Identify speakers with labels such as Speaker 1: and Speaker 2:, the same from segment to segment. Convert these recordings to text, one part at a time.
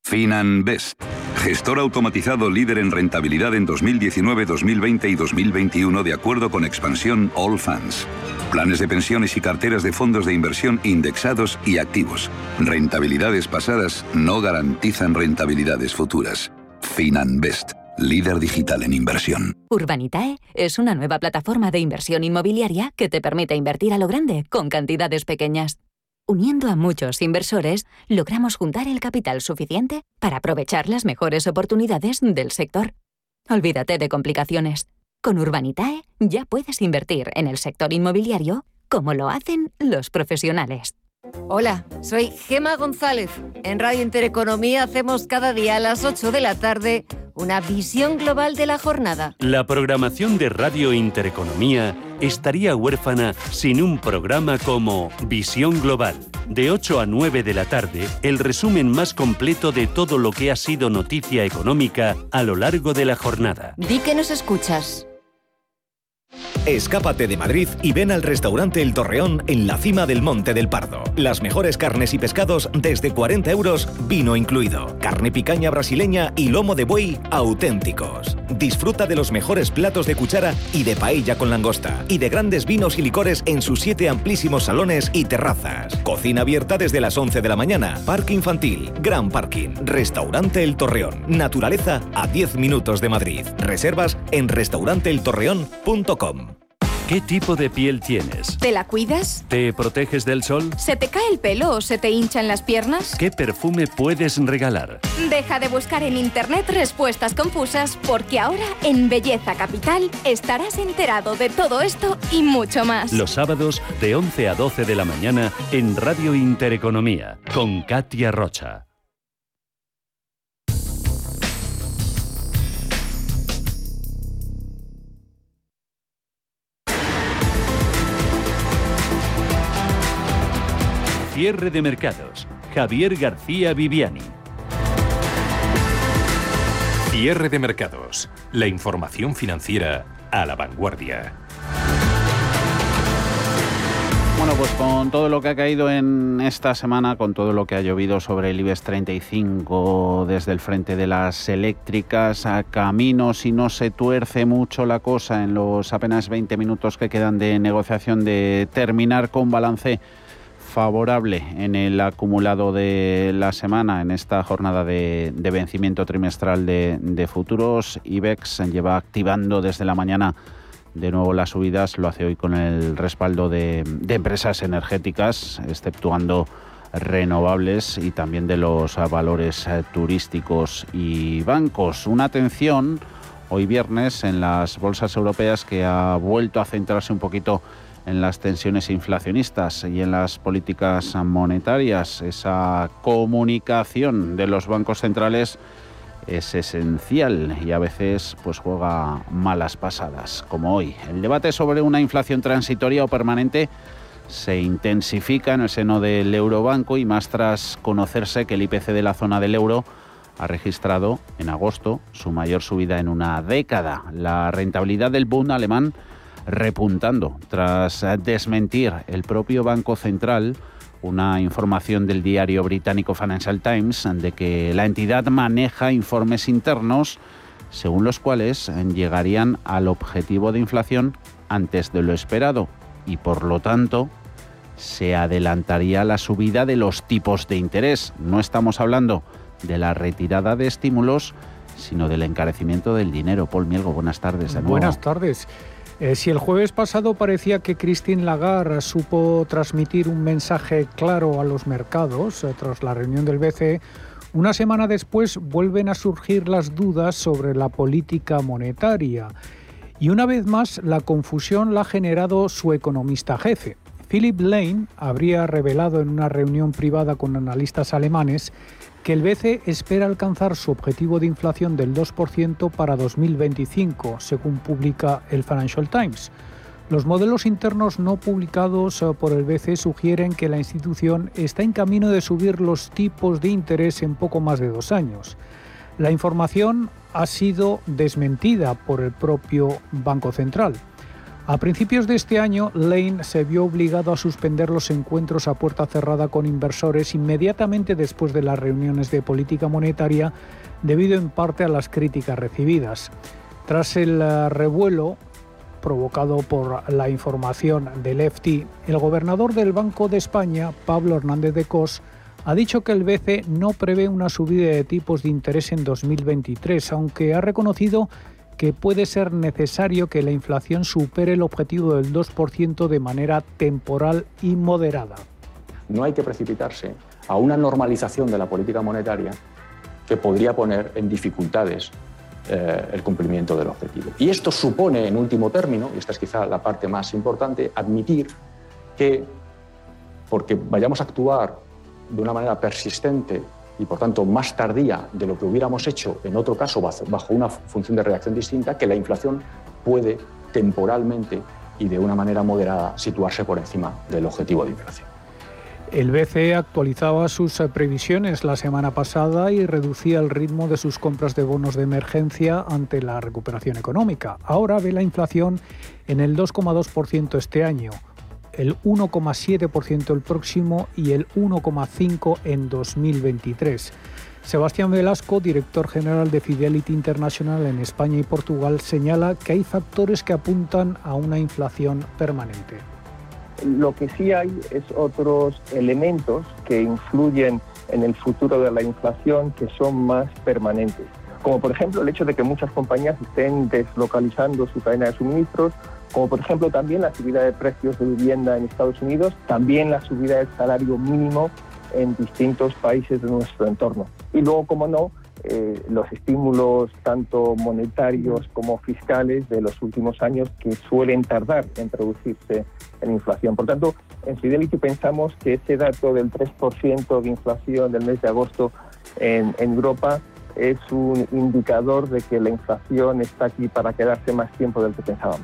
Speaker 1: Finanbest, gestor automatizado líder en rentabilidad en 2019, 2020 y 2021 de acuerdo con expansión Allfunds. Planes de pensiones y carteras de fondos de inversión indexados y activos. Rentabilidades pasadas no garantizan rentabilidades futuras. Finanbest, líder digital en inversión.
Speaker 2: Urbanitae es una nueva plataforma de inversión inmobiliaria que te permite invertir a lo grande con cantidades pequeñas. Uniendo a muchos inversores, logramos juntar el capital suficiente para aprovechar las mejores oportunidades del sector. Olvídate de complicaciones. Con Urbanitae ya puedes invertir en el sector inmobiliario como lo hacen los profesionales.
Speaker 3: Hola, soy Gema González. En Radio Intereconomía hacemos cada día a las 8 de la tarde una visión global de la jornada.
Speaker 4: La programación de Radio Intereconomía estaría huérfana sin un programa como Visión Global. De 8 a 9 de la tarde, el resumen más completo de todo lo que ha sido noticia económica a lo largo de la jornada.
Speaker 3: Di que nos escuchas.
Speaker 5: Escápate de Madrid y ven al restaurante El Torreón en la cima del Monte del Pardo. Las mejores carnes y pescados desde 40 euros, vino incluido. Carne picaña brasileña y lomo de buey auténticos. Disfruta de los mejores platos de cuchara y de paella con langosta. Y de grandes vinos y licores en sus 7 amplísimos salones y terrazas. Cocina abierta desde las 11 de la mañana. Parque infantil, gran parking. Restaurante El Torreón. Naturaleza a 10 minutos de Madrid. Reservas en restauranteeltorreón.com.
Speaker 4: ¿Qué tipo de piel tienes?
Speaker 6: ¿Te la cuidas?
Speaker 4: ¿Te proteges del sol?
Speaker 6: ¿Se te cae el pelo o se te hinchan las piernas?
Speaker 4: ¿Qué perfume puedes regalar?
Speaker 6: Deja de buscar en internet respuestas confusas, porque ahora en Belleza Capital estarás enterado de todo esto y mucho más.
Speaker 4: Los sábados de 11 a 12 de la mañana en Radio Intereconomía con Katia Rocha. Cierre de mercados. Javier García Viviani.
Speaker 7: Cierre de mercados. La información financiera a la vanguardia.
Speaker 8: Bueno, pues con todo lo que ha caído en esta semana, con todo lo que ha llovido sobre el IBEX 35 desde el frente de las eléctricas a camino, si no se tuerce mucho la cosa en los apenas 20 minutos que quedan de negociación, de terminar con balance favorable en el acumulado de la semana, en esta jornada de vencimiento trimestral de futuros. IBEX lleva activando desde la mañana de nuevo las subidas, lo hace hoy con el respaldo de empresas energéticas, exceptuando renovables, y también de los valores turísticos y bancos. Una atención hoy viernes en las bolsas europeas, que ha vuelto a centrarse un poquito en las tensiones inflacionistas y en las políticas monetarias. Esa comunicación de los bancos centrales es esencial y a veces pues juega malas pasadas, como hoy. El debate sobre una inflación transitoria o permanente se intensifica en el seno del Eurobanco, y más tras conocerse que el IPC de la zona del euro ha registrado en agosto su mayor subida en una década. La rentabilidad del Bund alemán repuntando tras desmentir el propio Banco Central una información del diario británico Financial Times de que la entidad maneja informes internos según los cuales llegarían al objetivo de inflación antes de lo esperado, y por lo tanto se adelantaría la subida de los tipos de interés. No estamos hablando de la retirada de estímulos, sino del encarecimiento del dinero. Paul Mielgo, buenas tardes de nuevo.
Speaker 9: Buenas tardes. Si el jueves pasado parecía que Christine Lagarde supo transmitir un mensaje claro a los mercados tras la reunión del BCE, una semana después vuelven a surgir las dudas sobre la política monetaria. Y una vez más, la confusión la ha generado su economista jefe. Philip Lane habría revelado en una reunión privada con analistas alemanes que el BCE espera alcanzar su objetivo de inflación del 2% para 2025, según publica el Financial Times. Los modelos internos no publicados por el BCE sugieren que la institución está en camino de subir los tipos de interés en poco más de 2 años. La información ha sido desmentida por el propio Banco Central. A principios de este año, Lane se vio obligado a suspender los encuentros a puerta cerrada con inversores inmediatamente después de las reuniones de política monetaria, debido en parte a las críticas recibidas. Tras el revuelo provocado por la información del FT, el gobernador del Banco de España, Pablo Hernández de Cos, ha dicho que el BCE no prevé una subida de tipos de interés en 2023, aunque ha reconocido que puede ser necesario que la inflación supere el objetivo del 2% de manera temporal y moderada.
Speaker 10: No hay que precipitarse a una normalización de la política monetaria que podría poner en dificultades el cumplimiento del objetivo. Y esto supone, en último término, y esta es quizá la parte más importante, admitir que, porque vayamos a actuar de una manera persistente y por tanto más tardía de lo que hubiéramos hecho en otro caso bajo una función de reacción distinta, que la inflación puede temporalmente y de una manera moderada situarse por encima del objetivo de inflación.
Speaker 9: El BCE actualizaba sus previsiones la semana pasada y reducía el ritmo de sus compras de bonos de emergencia ante la recuperación económica. Ahora ve la inflación en el 2,2% este año, el 1,7% el próximo y el 1,5% en 2023. Sebastián Velasco, director general de Fidelity International en España y Portugal, señala que hay factores que apuntan a una inflación permanente.
Speaker 11: Lo que sí hay es otros elementos que influyen en el futuro de la inflación que son más permanentes, como por ejemplo el hecho de que muchas compañías estén deslocalizando su cadena de suministros, como por ejemplo también la subida de precios de vivienda en Estados Unidos, también la subida del salario mínimo en distintos países de nuestro entorno. Y luego, como no, los estímulos tanto monetarios como fiscales de los últimos años que suelen tardar en producirse en inflación. Por tanto, en Fidelity pensamos que ese dato del 3% de inflación del mes de agosto en Europa es un indicador de que la inflación está aquí para quedarse más tiempo del que pensábamos.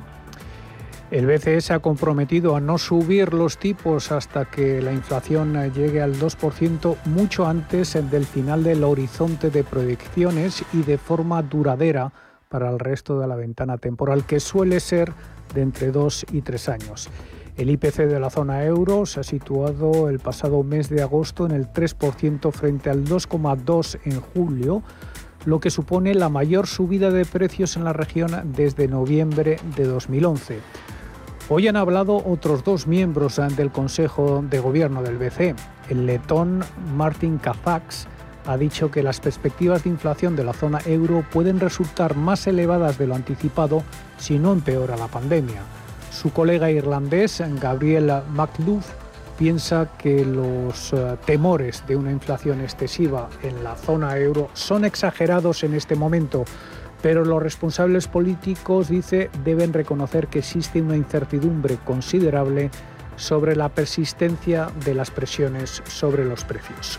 Speaker 9: El BCE se ha comprometido a no subir los tipos hasta que la inflación llegue al 2% mucho antes del final del horizonte de proyecciones y de forma duradera para el resto de la ventana temporal, que suele ser de entre 2 y 3 años. El IPC de la zona euro se ha situado el pasado mes de agosto en el 3% frente al 2,2% en julio, lo que supone la mayor subida de precios en la región desde noviembre de 2011. Hoy han hablado otros dos miembros del Consejo de Gobierno del BCE. El letón Martin Kazaks ha dicho que las perspectivas de inflación de la zona euro pueden resultar más elevadas de lo anticipado si no empeora la pandemia. Su colega irlandés, Gabriel McLuff, piensa que los temores de una inflación excesiva en la zona euro son exagerados en este momento, pero los responsables políticos, dice, deben reconocer que existe una incertidumbre considerable sobre la persistencia de las presiones sobre los precios.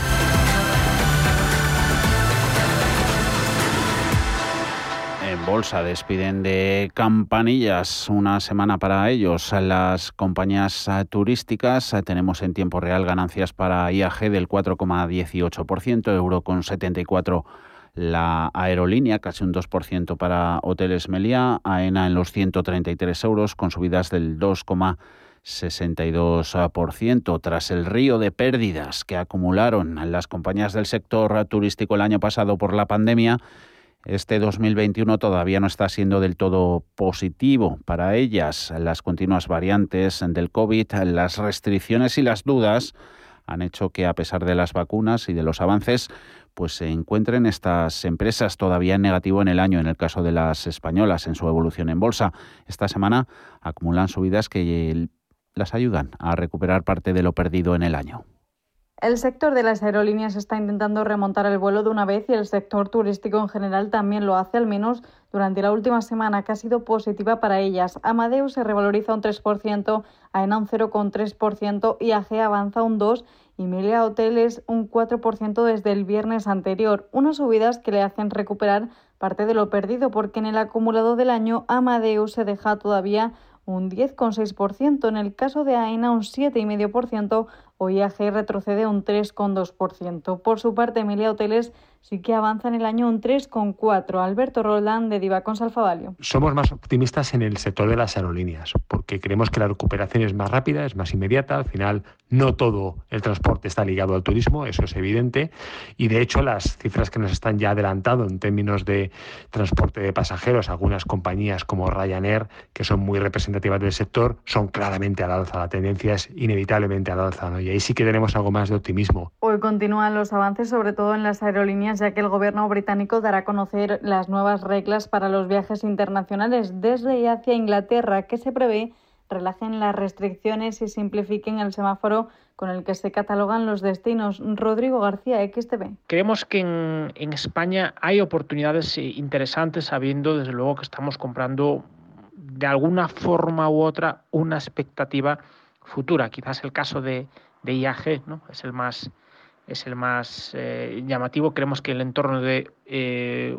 Speaker 8: En bolsa despiden de campanillas, una semana para ellos. Las compañías turísticas, tenemos en tiempo real ganancias para IAG del 4,18%, euro con 74%. La aerolínea, casi un 2% para Hoteles Meliá, AENA en los 133 euros, con subidas del 2,62%. Tras el río de pérdidas que acumularon las compañías del sector turístico el año pasado por la pandemia, este 2021 todavía no está siendo del todo positivo para ellas. Las continuas variantes del COVID, las restricciones y las dudas han hecho que, a pesar de las vacunas y de los avances, pues se encuentren estas empresas todavía en negativo en el año, en el caso de las españolas, en su evolución en bolsa. Esta semana acumulan subidas que las ayudan a recuperar parte de lo perdido en el año.
Speaker 12: El sector de las aerolíneas está intentando remontar el vuelo de una vez y el sector turístico en general también lo hace, al menos durante la última semana, que ha sido positiva para ellas. Amadeus se revaloriza un 3%, AENA un 0,3%, IAG avanza un 2% y Meliá Hoteles un 4% desde el viernes anterior. Unas subidas que le hacen recuperar parte de lo perdido, porque en el acumulado del año Amadeus se deja todavía un 10,6%, en el caso de AENA un 7,5%, o IAG retrocede un 3,2%. Por su parte, Meliá Hoteles sí que avanza en el año un 3,4%. Alberto Roldán, de Divacons Alfa Value.
Speaker 13: Somos más optimistas en el sector de las aerolíneas, porque creemos que la recuperación es más rápida, es más inmediata. Al final, no todo el transporte está ligado al turismo, eso es evidente. Y de hecho, las cifras que nos están ya adelantando en términos de transporte de pasajeros, algunas compañías como Ryanair, que son muy representativas del sector, son claramente al alza. La tendencia es inevitablemente al alza, ¿no? Y ahí sí que tenemos algo más de optimismo.
Speaker 12: Hoy continúan los avances, sobre todo en las aerolíneas, ya que el gobierno británico dará a conocer las nuevas reglas para los viajes internacionales desde y hacia Inglaterra, que se prevé relajen las restricciones y simplifiquen el semáforo con el que se catalogan los destinos. Rodrigo García, XTV.
Speaker 14: Creemos que en España hay oportunidades interesantes, sabiendo desde luego que estamos comprando de alguna forma u otra una expectativa futura. Quizás el caso de IAG, ¿no? es el más llamativo. Creemos que el entorno de €1,50,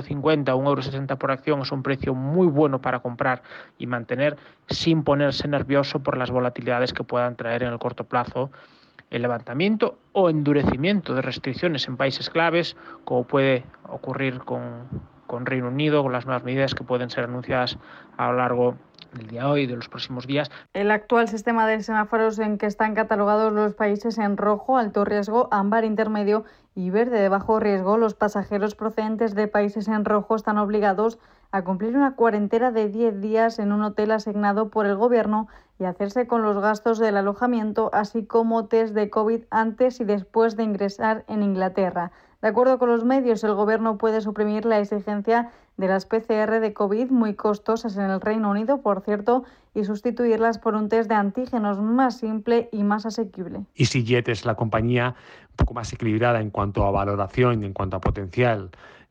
Speaker 14: €1,60 por acción es un precio muy bueno para comprar y mantener, sin ponerse nervioso por las volatilidades que puedan traer en el corto plazo el levantamiento o endurecimiento de restricciones en países claves, como puede ocurrir con Reino Unido, con las nuevas medidas que pueden ser anunciadas a lo largo del día de hoy y de los próximos días.
Speaker 12: El actual sistema de semáforos en que están catalogados los países en rojo, alto riesgo, ámbar intermedio y verde de bajo riesgo, los pasajeros procedentes de países en rojo están obligados a cumplir una cuarentena de 10 días en un hotel asignado por el gobierno y hacerse con los gastos del alojamiento, así como test de COVID antes y después de ingresar en Inglaterra. De acuerdo con los medios, el gobierno puede suprimir la exigencia de las PCR de COVID, muy costosas en el Reino Unido, por cierto, y sustituirlas por un test de antígenos más simple y más asequible.
Speaker 13: EasyJet es la compañía un poco más equilibrada en cuanto a valoración y en cuanto a potencial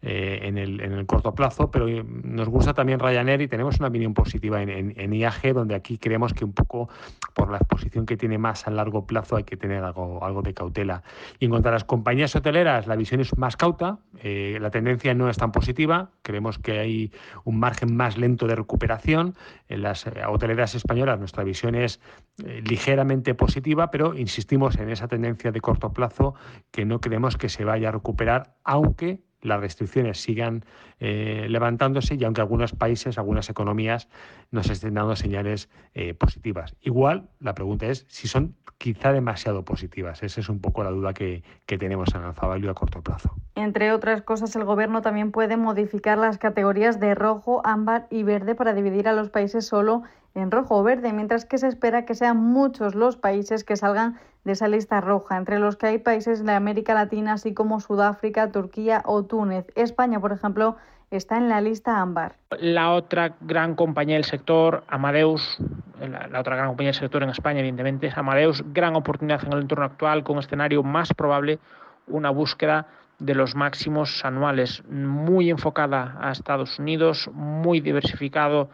Speaker 13: en el corto plazo, pero nos gusta también Ryanair y tenemos una opinión positiva en IAG, donde aquí creemos que un poco por la exposición que tiene más a largo plazo hay que tener algo de cautela. Y en cuanto a las compañías hoteleras, la visión es más cauta, la tendencia no es tan positiva, creemos que hay un margen más lento de recuperación. En las hoteleras españolas nuestra visión es ligeramente positiva, pero insistimos en esa tendencia de corto plazo que no creemos que se vaya a recuperar, aunque las restricciones sigan levantándose y aunque algunos países, algunas economías nos estén dando señales positivas. Igual, la pregunta es si son quizá demasiado positivas. Esa es un poco la duda que tenemos en Alfa Value a corto plazo.
Speaker 12: Entre otras cosas, el gobierno también puede modificar las categorías de rojo, ámbar y verde para dividir a los países solo en rojo o verde, mientras que se espera que sean muchos los países que salgan de esa lista roja, entre los que hay países de América Latina, así como Sudáfrica, Turquía o Túnez. España, por ejemplo, está en la lista ámbar.
Speaker 14: La otra gran compañía del sector, Amadeus, la otra gran compañía del sector en España, evidentemente, es Amadeus. Gran oportunidad en el entorno actual, con escenario más probable, una búsqueda de los máximos anuales, muy enfocada a Estados Unidos, muy diversificado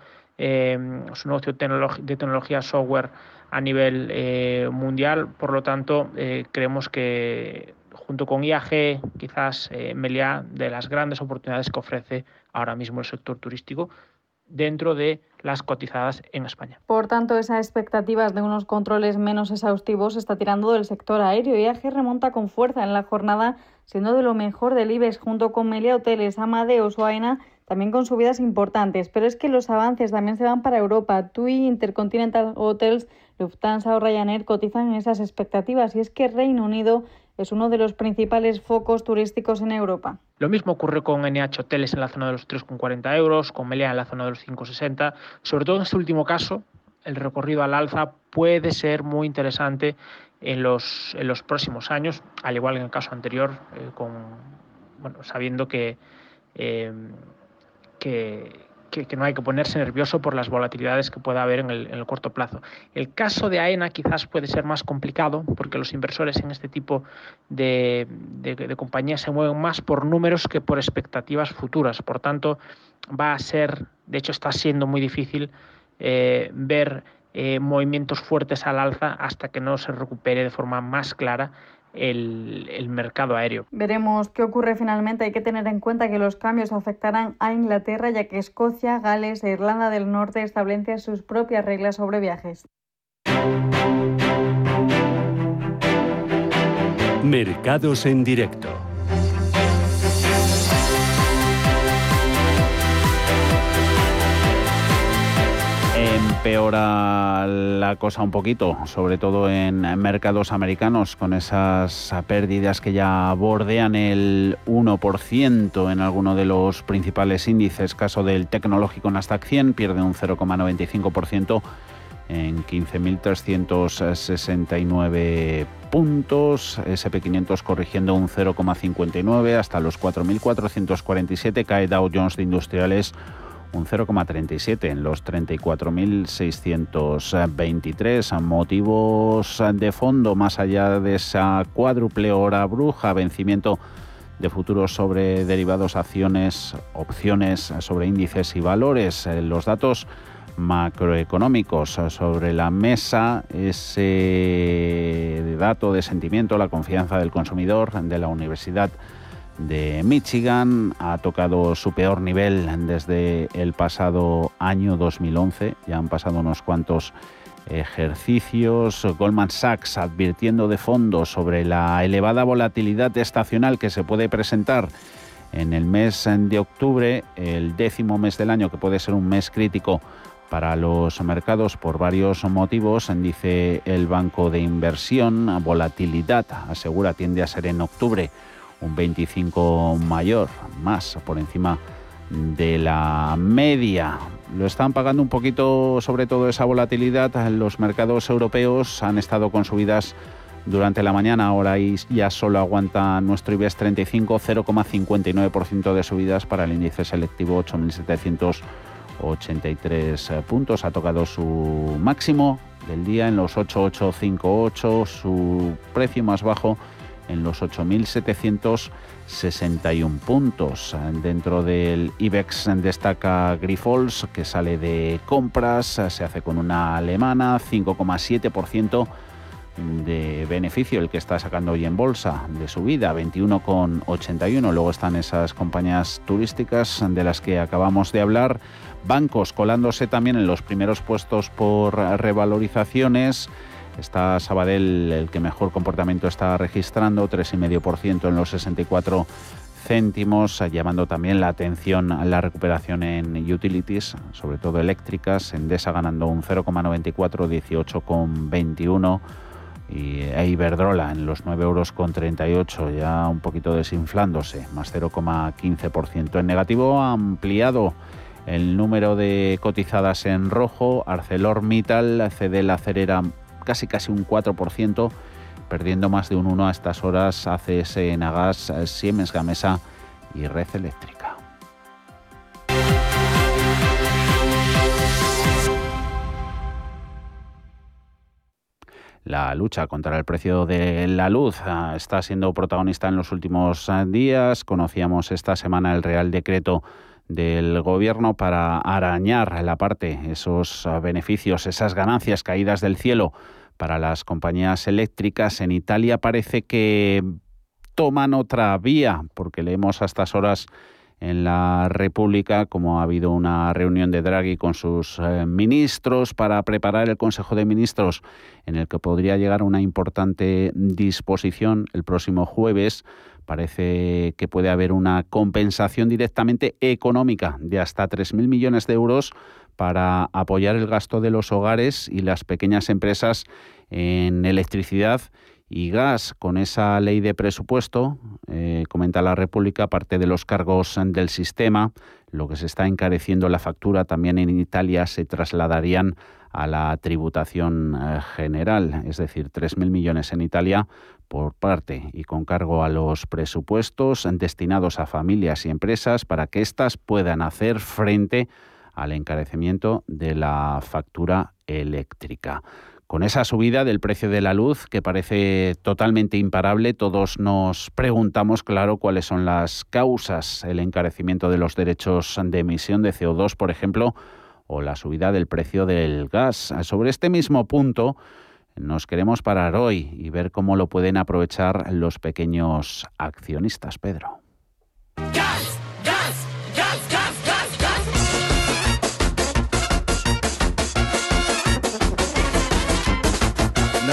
Speaker 14: su negocio de tecnología software a nivel mundial. Por lo tanto, creemos que junto con IAG, quizás Meliá, de las grandes oportunidades que ofrece ahora mismo el sector turístico dentro de las cotizadas en España.
Speaker 12: Por tanto, esas expectativas de unos controles menos exhaustivos está tirando del sector aéreo. IAG remonta con fuerza en la jornada, siendo de lo mejor del IBEX, junto con Meliá Hoteles, Amadeus o AENA, también con subidas importantes. Pero es que los avances también se van para Europa. TUI, Intercontinental Hotels, Lufthansa o Ryanair cotizan en esas expectativas, y es que Reino Unido es uno de los principales focos turísticos en Europa.
Speaker 14: Lo mismo ocurre con NH Hoteles en la zona de los 3,40 euros, con Meliá en la zona de los 5,60. Sobre todo en este último caso, el recorrido al alza puede ser muy interesante en los próximos años, al igual que en el caso anterior, sabiendo que no hay que ponerse nervioso por las volatilidades que pueda haber en el corto plazo. El caso de AENA quizás puede ser más complicado, porque los inversores en este tipo de compañías se mueven más por números que por expectativas futuras. Por tanto, va a ser, de hecho está siendo muy difícil ver movimientos fuertes al alza hasta que no se recupere de forma más clara el mercado aéreo.
Speaker 12: Veremos qué ocurre finalmente. Hay que tener en cuenta que los cambios afectarán a Inglaterra, ya que Escocia, Gales e Irlanda del Norte establecen sus propias reglas sobre viajes.
Speaker 4: Mercados en directo.
Speaker 8: Empeora la cosa un poquito, sobre todo en mercados americanos, con esas pérdidas que ya bordean el 1% en alguno de los principales índices. Caso del tecnológico Nasdaq 100, pierde un 0,95% en 15.369 puntos. S&P 500 corrigiendo un 0,59 hasta los 4.447. Cae Dow Jones de Industriales un 0,37 en los 34.623. Motivos de fondo más allá de esa cuádruple hora bruja, vencimiento de futuros sobre derivados, acciones, opciones sobre índices y valores. Los datos macroeconómicos sobre la mesa, ese dato de sentimiento, la confianza del consumidor de la Universidad de Michigan ha tocado su peor nivel desde el pasado año 2011. Ya han pasado unos cuantos ejercicios. Goldman Sachs advirtiendo de fondo sobre la elevada volatilidad estacional que se puede presentar en el mes de octubre, el 10º mes del año, que puede ser un mes crítico para los mercados por varios motivos. Dice el banco de inversión, volatilidad, asegura, tiende a ser en octubre un 25 mayor, más por encima de la media. Lo están pagando un poquito, sobre todo esa volatilidad. Los mercados europeos han estado con subidas durante la mañana. Ahora ya solo aguanta nuestro IBEX 35, 0,59% de subidas para el índice selectivo, 8.783 puntos. Ha tocado su máximo del día en los 8.858, su precio más bajo en los 8.761 puntos. Dentro del IBEX destaca Grifols, que sale de compras, se hace con una alemana, 5,7% de beneficio el que está sacando hoy en bolsa, de subida, 21,81. Luego están esas compañías turísticas de las que acabamos de hablar. Bancos colándose también en los primeros puestos por revalorizaciones. Está Sabadell el que mejor comportamiento está registrando, 3,5% en los 64 céntimos, llamando también la atención a la recuperación en utilities, sobre todo eléctricas. Endesa ganando un 0,94, 18,21. Y Iberdrola en los 9,38 €, ya un poquito desinflándose, más 0,15%. En negativo ha ampliado el número de cotizadas en rojo. ArcelorMittal cede la acerera casi un 4%, perdiendo más de un 1 a estas horas ACS, Enagas, Siemens Gamesa y Red Eléctrica. La lucha contra el precio de la luz está siendo protagonista en los últimos días. Conocíamos esta semana el Real Decreto del Gobierno para arañar la parte, esos beneficios, esas ganancias caídas del cielo para las compañías eléctricas. En Italia parece que toman otra vía, porque leemos a estas horas en la República como ha habido una reunión de Draghi con sus ministros para preparar el Consejo de Ministros, en el que podría llegar una importante disposición el próximo jueves. Parece que puede haber una compensación directamente económica de hasta 3.000 millones de euros para apoyar el gasto de los hogares y las pequeñas empresas en electricidad y gas. Con esa ley de presupuesto, comenta la República, parte de los cargos del sistema, lo que se está encareciendo la factura también en Italia, se trasladarían a la tributación general, es decir, 3.000 millones en Italia por parte y con cargo a los presupuestos destinados a familias y empresas para que éstas puedan hacer frente al encarecimiento de la factura eléctrica. Con esa subida del precio de la luz, que parece totalmente imparable, todos nos preguntamos, claro, cuáles son las causas. El encarecimiento de los derechos de emisión de CO2, por ejemplo, o la subida del precio del gas. Sobre este mismo punto nos queremos parar hoy y ver cómo lo pueden aprovechar los pequeños accionistas. Pedro.
Speaker 15: ¡Gas! ¡Gas! ¡Gas! ¡Gas! ¡Gas! ¡Gas!
Speaker 16: La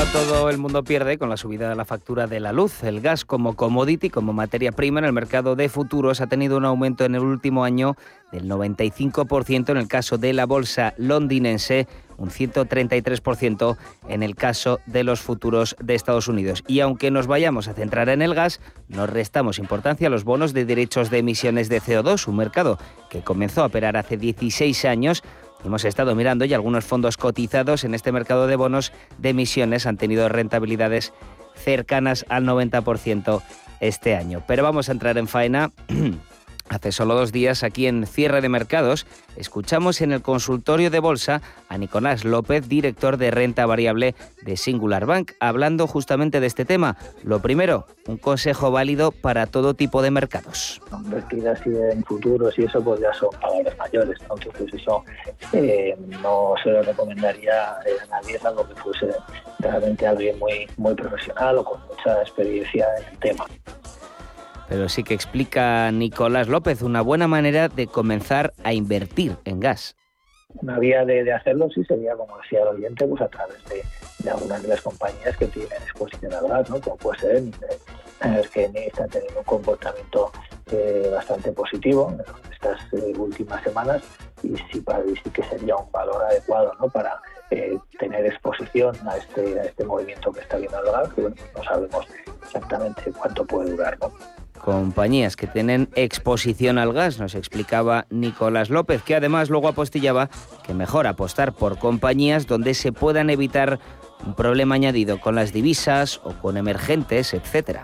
Speaker 16: todo el mundo pierde con la subida de la factura de la luz. El gas como commodity, como materia prima en el mercado de futuros, ha tenido un aumento en el último año del 95% en el caso de la bolsa londinense, un 133% en el caso de los futuros de Estados Unidos. Y aunque nos vayamos a centrar en el gas, no restamos importancia a los bonos de derechos de emisiones de CO2, un mercado que comenzó a operar hace 16 años. Hemos estado mirando y algunos fondos cotizados en este mercado de bonos de emisiones han tenido rentabilidades cercanas al 90% este año. Pero vamos a entrar en faena. Hace solo 2 días, aquí en Cierre de Mercados, escuchamos en el consultorio de bolsa a Nicolás López, director de renta variable de Singular Bank, hablando justamente de este tema. Lo primero, un consejo válido para todo tipo de mercados.
Speaker 17: Invertir así en futuros y eso pues ya son palabras mayores, ¿no? Entonces eso no se lo recomendaría a nadie, salvo que fuese realmente alguien muy profesional o con mucha experiencia en el tema.
Speaker 16: Pero sí que explica Nicolás López una buena manera de comenzar a invertir en gas.
Speaker 17: Una vía de hacerlo sí sería, como decía el oyente, pues a través de algunas de las compañías que tienen exposición al gas, ¿no? Como puede ser que está teniendo un comportamiento bastante positivo en estas últimas semanas y sí que sería un valor adecuado, ¿no? Para tener exposición a este movimiento que está viendo el gas, que bueno, no sabemos exactamente cuánto puede durar, ¿no?
Speaker 16: Compañías que tienen exposición al gas, nos explicaba Nicolás López, que además luego apostillaba que mejor apostar por compañías donde se puedan evitar un problema añadido con las divisas o con emergentes, etcétera.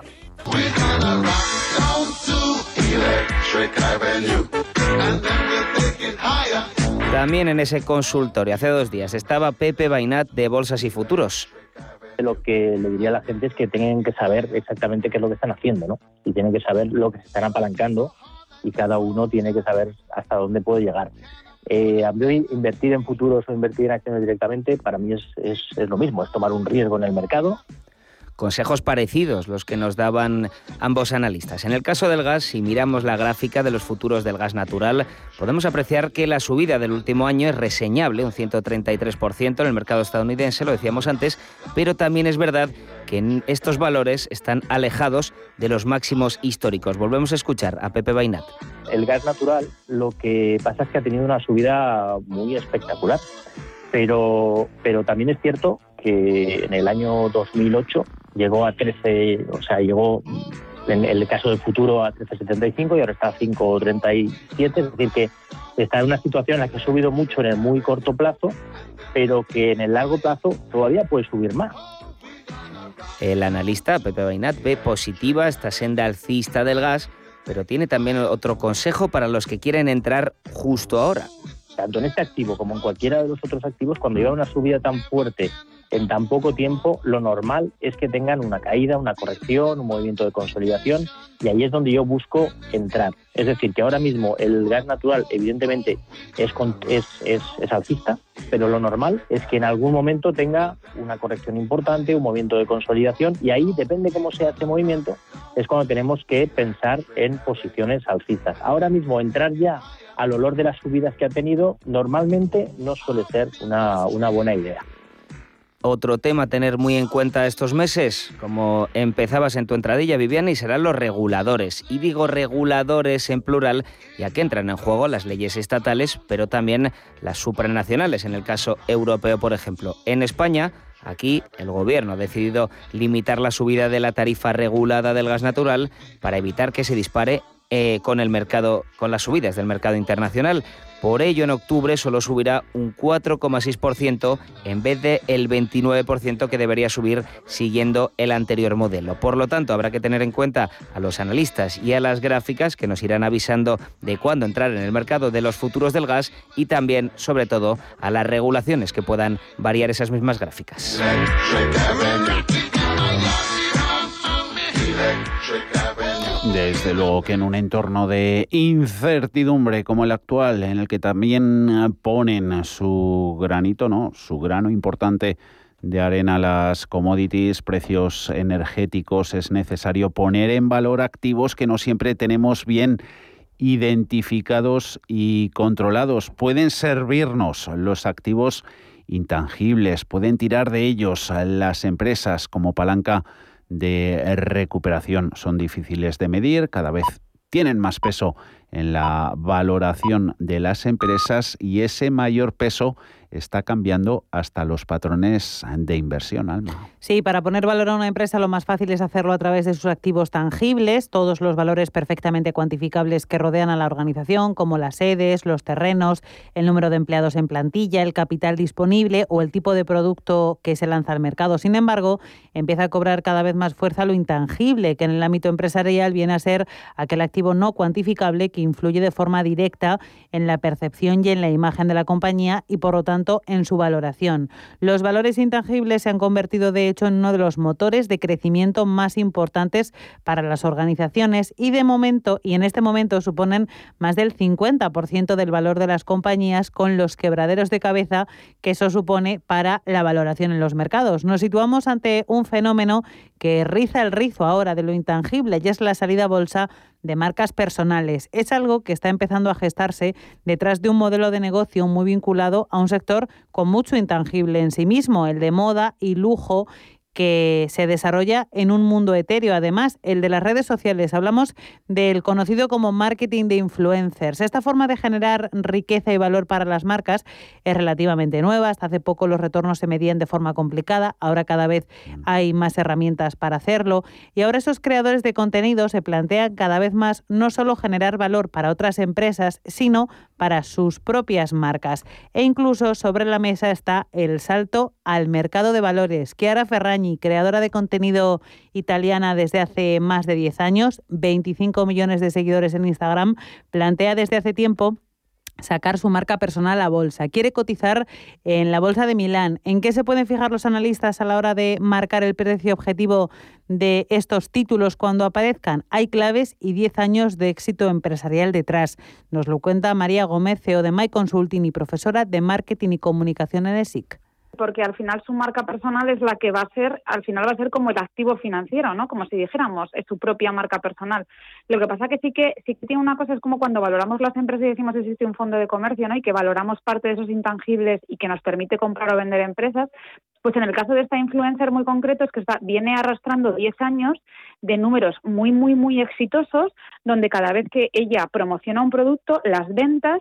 Speaker 16: También en ese consultorio hace 2 días estaba Pepe Bainat de Bolsas y Futuros.
Speaker 18: Lo que le diría a la gente es que tienen que saber exactamente qué es lo que están haciendo, ¿no? Y tienen que saber lo que se están apalancando y cada uno tiene que saber hasta dónde puede llegar. A mí invertir en futuros o invertir en acciones directamente para mí es lo mismo, es tomar un riesgo en el mercado.
Speaker 16: Consejos parecidos los que nos daban ambos analistas. En el caso del gas, si miramos la gráfica de los futuros del gas natural, podemos apreciar que la subida del último año es reseñable, un 133% en el mercado estadounidense, lo decíamos antes, pero también es verdad que estos valores están alejados de los máximos históricos. Volvemos a escuchar a Pepe Bainat.
Speaker 18: El gas natural lo que pasa es que ha tenido una subida muy espectacular, pero también es cierto que en el año 2008 llegó a 13, o sea, llegó en el caso del futuro a 13,75 y ahora está a 5,37, es decir que está en una situación en la que ha subido mucho en el muy corto plazo, pero que en el largo plazo todavía puede subir más.
Speaker 16: El analista Pepe Bainat ve positiva esta senda alcista del gas, pero tiene también otro consejo para los que quieren entrar justo ahora.
Speaker 18: Tanto en este activo como en cualquiera de los otros activos, cuando lleva una subida tan fuerte en tan poco tiempo, lo normal es que tengan una caída, una corrección, un movimiento de consolidación, y ahí es donde yo busco entrar. Es decir, que ahora mismo el gas natural evidentemente es alcista, pero lo normal es que en algún momento tenga una corrección importante, un movimiento de consolidación, y ahí, depende cómo sea este movimiento, es cuando tenemos que pensar en posiciones alcistas. Ahora mismo entrar ya al olor de las subidas que ha tenido, normalmente no suele ser una buena idea.
Speaker 16: Otro tema a tener muy en cuenta estos meses, como empezabas en tu entradilla, Viviana, y serán los reguladores. Y digo reguladores en plural, ya que entran en juego las leyes estatales, pero también las supranacionales, en el caso europeo, por ejemplo. En España, aquí el Gobierno ha decidido limitar la subida de la tarifa regulada del gas natural para evitar que se dispare con las subidas del mercado internacional. Por ello, en octubre solo subirá un 4,6% en vez de el 29% que debería subir siguiendo el anterior modelo. Por lo tanto, habrá que tener en cuenta a los analistas y a las gráficas que nos irán avisando de cuándo entrar en el mercado de los futuros del gas y también, sobre todo, a las regulaciones que puedan variar esas mismas gráficas.
Speaker 8: Desde luego que en un entorno de incertidumbre como el actual, en el que también ponen su grano importante de arena las commodities, precios energéticos, es necesario poner en valor activos que no siempre tenemos bien identificados y controlados. Pueden servirnos los activos intangibles. Pueden tirar de ellos las empresas como palanca de recuperación. Son difíciles de medir, cada vez tienen más peso en la valoración de las empresas y ese mayor peso está cambiando hasta los patrones de inversión, Alma.
Speaker 19: Sí, para poner valor a una empresa lo más fácil es hacerlo a través de sus activos tangibles, todos los valores perfectamente cuantificables que rodean a la organización, como las sedes, los terrenos, el número de empleados en plantilla, el capital disponible o el tipo de producto que se lanza al mercado. Sin embargo, empieza a cobrar cada vez más fuerza lo intangible, que en el ámbito empresarial viene a ser aquel activo no cuantificable que influye de forma directa en la percepción y en la imagen de la compañía y, por lo tanto, en su valoración. Los valores intangibles se han convertido, de hecho, en uno de los motores de crecimiento más importantes para las organizaciones y en este momento suponen más del 50% del valor de las compañías, con los quebraderos de cabeza que eso supone para la valoración en los mercados. Nos situamos ante un fenómeno que riza el rizo ahora de lo intangible y es la salida a bolsa de marcas personales. Es algo que está empezando a gestarse detrás de un modelo de negocio muy vinculado a un sector con mucho intangible en sí mismo, el de moda y lujo, que se desarrolla en un mundo etéreo, además, el de las redes sociales. Hablamos del conocido como marketing de influencers. Esta forma de generar riqueza y valor para las marcas es relativamente nueva. Hasta hace poco los retornos se medían de forma complicada. Ahora cada vez hay más herramientas para hacerlo. Y ahora esos creadores de contenido se plantean cada vez más no solo generar valor para otras empresas, sino para sus propias marcas. E incluso sobre la mesa está el salto al mercado de valores. Chiara Ferragni, creadora de contenido italiana desde hace más de 10 años, 25 millones de seguidores en Instagram, plantea desde hace tiempo sacar su marca personal a bolsa. Quiere cotizar en la bolsa de Milán. ¿En qué se pueden fijar los analistas a la hora de marcar el precio objetivo de estos títulos cuando aparezcan? Hay claves y 10 años de éxito empresarial detrás. Nos lo cuenta María Gómez, CEO de My Consulting y profesora de Marketing y Comunicación en ESIC.
Speaker 20: Porque al final su marca personal es la que va a ser como el activo financiero, ¿no? Como si dijéramos, es su propia marca personal. Lo que pasa que sí que tiene una cosa, es como cuando valoramos las empresas y decimos que existe un fondo de comercio, ¿no? Y que valoramos parte de esos intangibles y que nos permite comprar o vender empresas. Pues en el caso de esta influencer muy concreto es que viene arrastrando 10 años de números muy, muy, muy exitosos, donde cada vez que ella promociona un producto, las ventas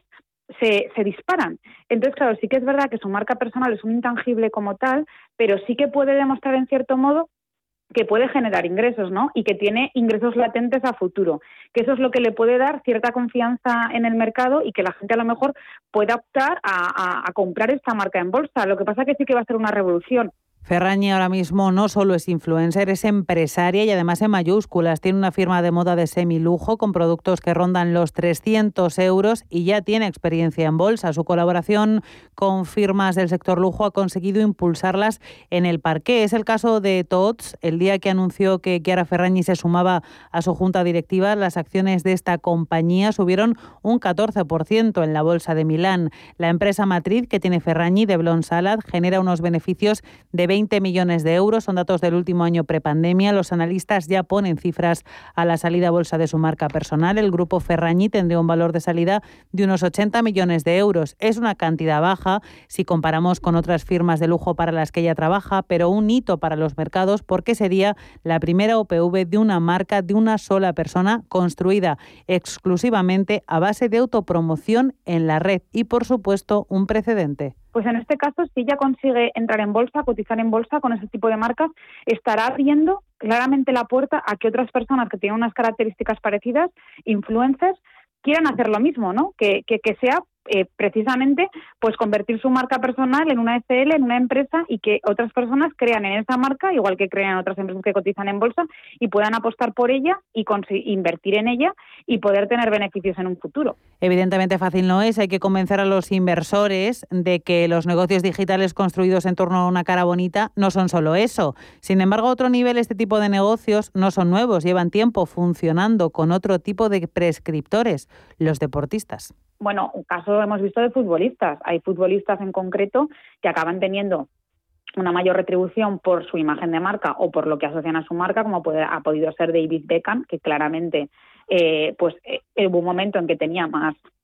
Speaker 20: se disparan. Entonces, claro, sí que es verdad que su marca personal es un intangible como tal, pero sí que puede demostrar en cierto modo que puede generar ingresos, ¿no? Y que tiene ingresos latentes a futuro, que eso es lo que le puede dar cierta confianza en el mercado y que la gente a lo mejor pueda optar a comprar esta marca en bolsa. Lo que pasa que sí que va a ser una revolución.
Speaker 19: Ferragni ahora mismo no solo es influencer, es empresaria y además en mayúsculas. Tiene una firma de moda de semilujo con productos que rondan los 300 euros y ya tiene experiencia en bolsa. Su colaboración con firmas del sector lujo ha conseguido impulsarlas en el parqué. Es el caso de Tots. El día que anunció que Chiara Ferragni se sumaba a su junta directiva, las acciones de esta compañía subieron un 14% en la bolsa de Milán. La empresa matriz que tiene Ferragni, de Blonde Salad, genera unos beneficios de 20 millones de euros. Son datos del último año prepandemia. Los analistas ya ponen cifras a la salida a bolsa de su marca personal. El grupo Ferragni tendría un valor de salida de unos 80 millones de euros. Es una cantidad baja si comparamos con otras firmas de lujo para las que ella trabaja, pero un hito para los mercados porque sería la primera OPV de una marca de una sola persona construida exclusivamente a base de autopromoción en la red y, por supuesto, un precedente.
Speaker 20: Pues en este caso, si ella consigue entrar en bolsa, cotizar en bolsa con ese tipo de marcas, estará abriendo claramente la puerta a que otras personas que tienen unas características parecidas, influencers, quieran hacer lo mismo, ¿no? Que sea precisamente pues convertir su marca personal en una SL, en una empresa, y que otras personas crean en esa marca, igual que crean en otras empresas que cotizan en bolsa, y puedan apostar por ella y invertir en ella y poder tener beneficios en un futuro.
Speaker 19: Evidentemente fácil no es, hay que convencer a los inversores de que los negocios digitales construidos en torno a una cara bonita no son solo eso. Sin embargo, a otro nivel, este tipo de negocios no son nuevos, llevan tiempo funcionando con otro tipo de prescriptores, los deportistas.
Speaker 20: Bueno, un caso hemos visto de futbolistas. Hay futbolistas en concreto que acaban teniendo una mayor retribución por su imagen de marca o por lo que asocian a su marca, como ha podido ser David Beckham, que claramente hubo un momento en que tenía más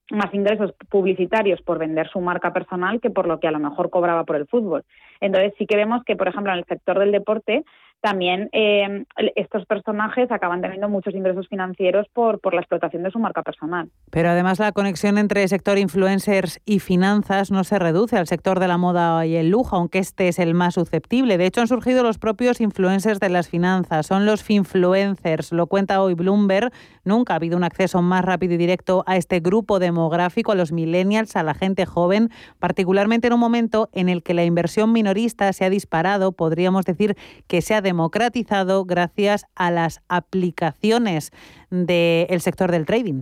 Speaker 20: más ingresos publicitarios por vender su marca personal que por lo que a lo mejor cobraba por el fútbol. Entonces sí que vemos que, por ejemplo, en el sector del deporte también estos personajes acaban teniendo muchos ingresos financieros por la explotación de su marca personal.
Speaker 19: Pero además la conexión entre sector influencers y finanzas no se reduce al sector de la moda y el lujo, aunque este es el más susceptible. De hecho, han surgido los propios influencers de las finanzas. Son los finfluencers, lo cuenta hoy Bloomberg. Nunca ha habido un acceso más rápido y directo a este grupo demográfico, a los millennials, a la gente joven, particularmente en un momento en el que la inversión minorista se ha disparado, podríamos decir que se ha democratizado gracias a las aplicaciones del sector del trading.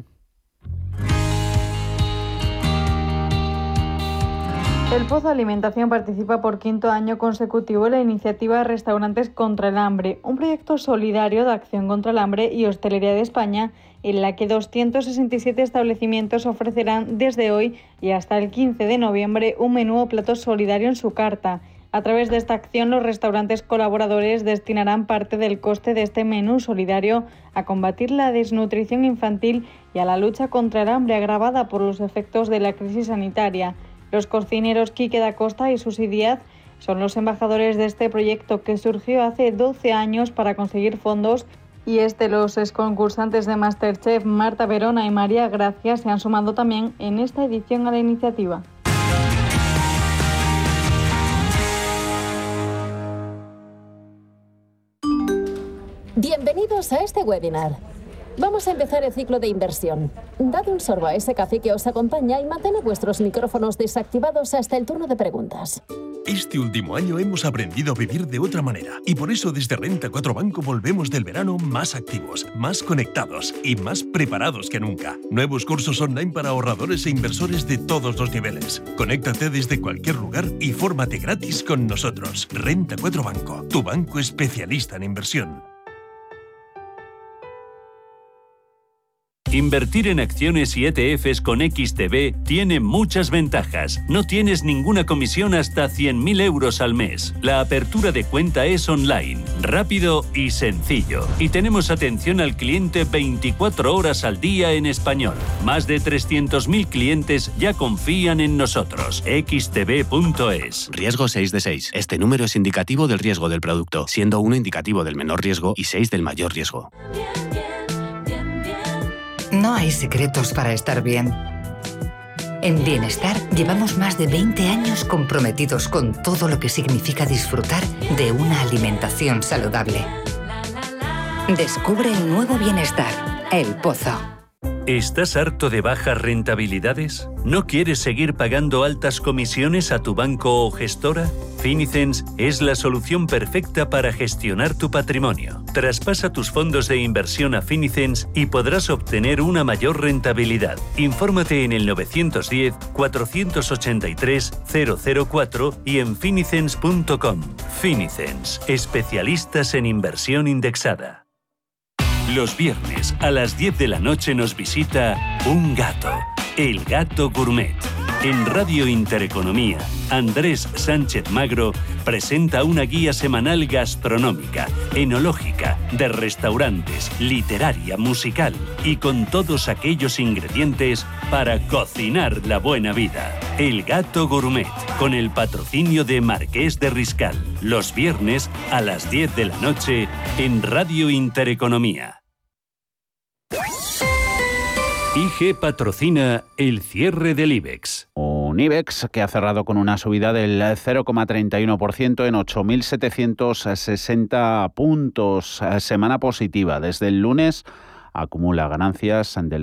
Speaker 12: El Pozo Alimentación participa por 5º año consecutivo en la iniciativa Restaurantes contra el Hambre, un proyecto solidario de acción contra el hambre y hostelería de España, en la que 267 establecimientos ofrecerán desde hoy y hasta el 15 de noviembre un menú o plato solidario en su carta. A través de esta acción, los restaurantes colaboradores destinarán parte del coste de este menú solidario a combatir la desnutrición infantil y a la lucha contra el hambre agravada por los efectos de la crisis sanitaria. Los cocineros Quique da Costa y Susi Díaz son los embajadores de este proyecto que surgió hace 12 años para conseguir fondos, y los exconcursantes de MasterChef Marta Verona y María Gracia se han sumado también en esta edición a la iniciativa.
Speaker 21: Bienvenidos a este webinar. Vamos a empezar el ciclo de inversión. Dad un sorbo a ese café que os acompaña y mantened vuestros micrófonos desactivados hasta el turno de preguntas.
Speaker 22: Este último año hemos aprendido a vivir de otra manera y por eso desde Renta 4 Banco volvemos del verano más activos, más conectados y más preparados que nunca. Nuevos cursos online para ahorradores e inversores de todos los niveles. Conéctate desde cualquier lugar y fórmate gratis con nosotros. Renta 4 Banco, tu banco especialista en inversión.
Speaker 4: Invertir en acciones y ETFs con XTB tiene muchas ventajas. No tienes ninguna comisión hasta 100.000 euros al mes. La apertura de cuenta es online, rápido y sencillo. Y tenemos atención al cliente 24 horas al día en español. Más de 300.000 clientes ya confían en nosotros. XTB.es.
Speaker 23: Riesgo 6 de 6. Este número es indicativo del riesgo del producto, siendo 1 indicativo del menor riesgo y 6 del mayor riesgo.
Speaker 24: No hay secretos para estar bien. En Bienestar llevamos más de 20 años comprometidos con todo lo que significa disfrutar de una alimentación saludable. Descubre el nuevo Bienestar, El Pozo.
Speaker 4: ¿Estás harto de bajas rentabilidades? ¿No quieres seguir pagando altas comisiones a tu banco o gestora? Finicens es la solución perfecta para gestionar tu patrimonio. Traspasa tus fondos de inversión a Finicens y podrás obtener una mayor rentabilidad. Infórmate en el 910-483-004 y en finicens.com. Finicens, especialistas en inversión indexada. Los viernes a las 10 de la noche nos visita un gato, el Gato Gourmet. En Radio Intereconomía, Andrés Sánchez Magro presenta una guía semanal gastronómica, enológica, de restaurantes, literaria, musical y con todos aquellos ingredientes para cocinar la buena vida. El Gato Gourmet, con el patrocinio de Marqués de Riscal. Los viernes a las 10 de la noche en Radio Intereconomía. IG patrocina el cierre del IBEX.
Speaker 8: Un IBEX que ha cerrado con una subida del 0,31% en 8.760 puntos. Semana positiva. Desde el lunes acumula ganancias del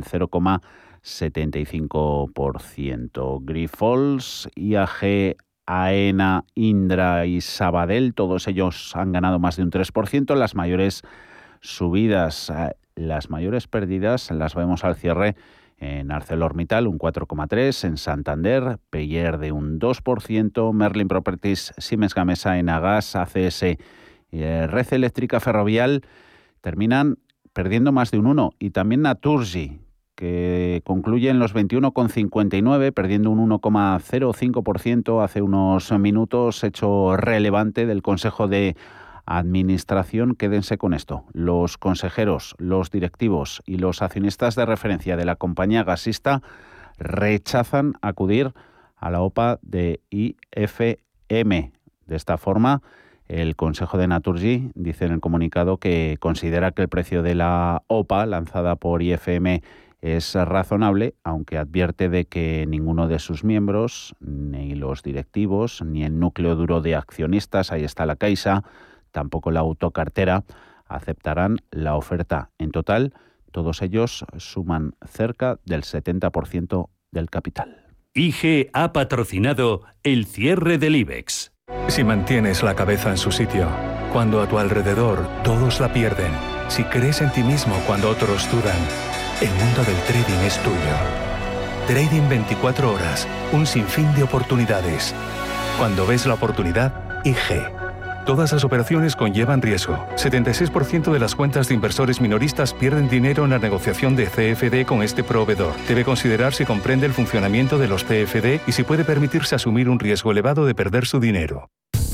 Speaker 8: 0,75%. Grifols, IAG, AENA, Indra y Sabadell, todos ellos han ganado más de un 3%. Las mayores subidas, las mayores pérdidas las vemos al cierre en ArcelorMittal, un 4,3%, en Santander, Peyer de un 2%, Merlin Properties, Siemens Gamesa, Enagas, ACS y Red Eléctrica Ferrovial terminan perdiendo más de un 1%. Y también Naturgy, que concluye en los 21,59, perdiendo un 1,05% hace unos minutos, hecho relevante del Consejo de Administración. Quédense con esto. Los consejeros, los directivos y los accionistas de referencia de la compañía gasista rechazan acudir a la OPA de IFM. De esta forma, el Consejo de Naturgy dice en el comunicado que considera que el precio de la OPA lanzada por IFM es razonable, aunque advierte de que ninguno de sus miembros, ni los directivos, ni el núcleo duro de accionistas, ahí está la Caixa, tampoco la autocartera, aceptarán la oferta. En total, todos ellos suman cerca del 70% del capital.
Speaker 4: IG ha patrocinado el cierre del IBEX.
Speaker 1: Si mantienes la cabeza en su sitio, cuando a tu alrededor todos la pierden, si crees en ti mismo cuando otros dudan, el mundo del trading es tuyo. Trading 24 horas, un sinfín de oportunidades. Cuando ves la oportunidad, IG. Todas las operaciones conllevan riesgo. 76% de las cuentas de inversores minoristas pierden dinero en la negociación de CFD con este proveedor. Debe considerar si comprende el funcionamiento de los CFD y si puede permitirse asumir un riesgo elevado de perder su dinero.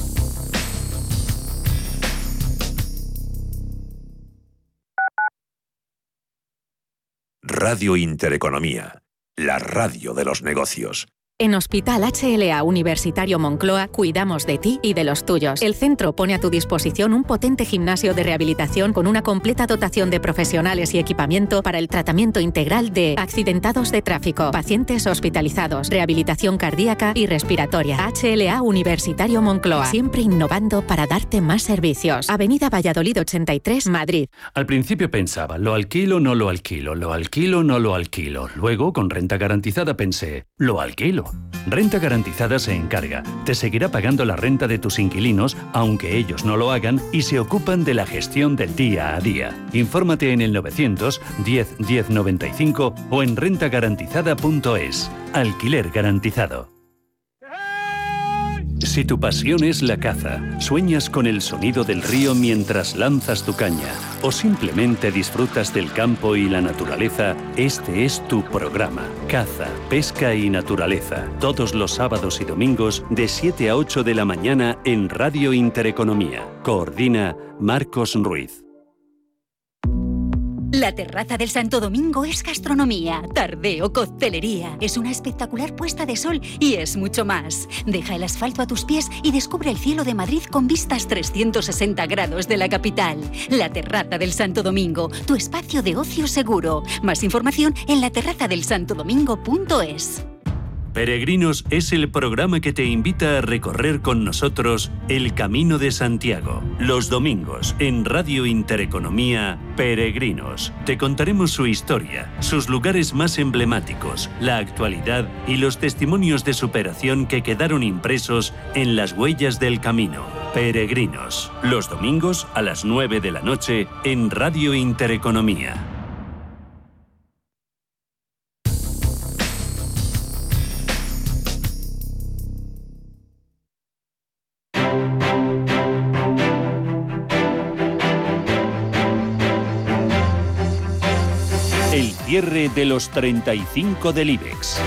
Speaker 2: Radio Intereconomía, la radio de los negocios.
Speaker 3: En Hospital HLA Universitario Moncloa cuidamos de ti y de los tuyos. El centro pone a tu disposición un potente gimnasio de rehabilitación con una completa dotación de profesionales y equipamiento para el tratamiento integral de accidentados de tráfico, pacientes hospitalizados, rehabilitación cardíaca y respiratoria. HLA Universitario Moncloa, siempre innovando para darte más servicios. Avenida Valladolid 83, Madrid.
Speaker 4: Al principio pensaba, lo alquilo, no lo alquilo, lo alquilo, no lo alquilo. Luego, con renta garantizada pensé, lo alquilo. Renta Garantizada se encarga, te seguirá pagando la renta de tus inquilinos, aunque ellos no lo hagan, y se ocupan de la gestión del día a día. Infórmate en el 900 10 10 95 o en rentagarantizada.es. Alquiler garantizado. Si tu pasión es la caza, sueñas con el sonido del río mientras lanzas tu caña, o simplemente disfrutas del campo y la naturaleza, este es tu programa. Caza, pesca y naturaleza. Todos los sábados y domingos de 7 a 8 de la mañana en Radio Intereconomía. Coordina Marcos Ruiz.
Speaker 5: La terraza del Santo Domingo es gastronomía, tardeo, coctelería. Es una espectacular puesta de sol y es mucho más. Deja el asfalto a tus pies y descubre el cielo de Madrid con vistas 360 grados de la capital. La terraza del Santo Domingo, tu espacio de ocio seguro. Más información en laterrazadelsantodomingo.es.
Speaker 4: Peregrinos es el programa que te invita a recorrer con nosotros el Camino de Santiago. Los domingos en Radio Intereconomía, Peregrinos. Te contaremos su historia, sus lugares más emblemáticos, la actualidad y los testimonios de superación que quedaron impresos en las huellas del camino. Peregrinos. Los domingos a las 9 de la noche en Radio Intereconomía. Cierre de los 35 del IBEX.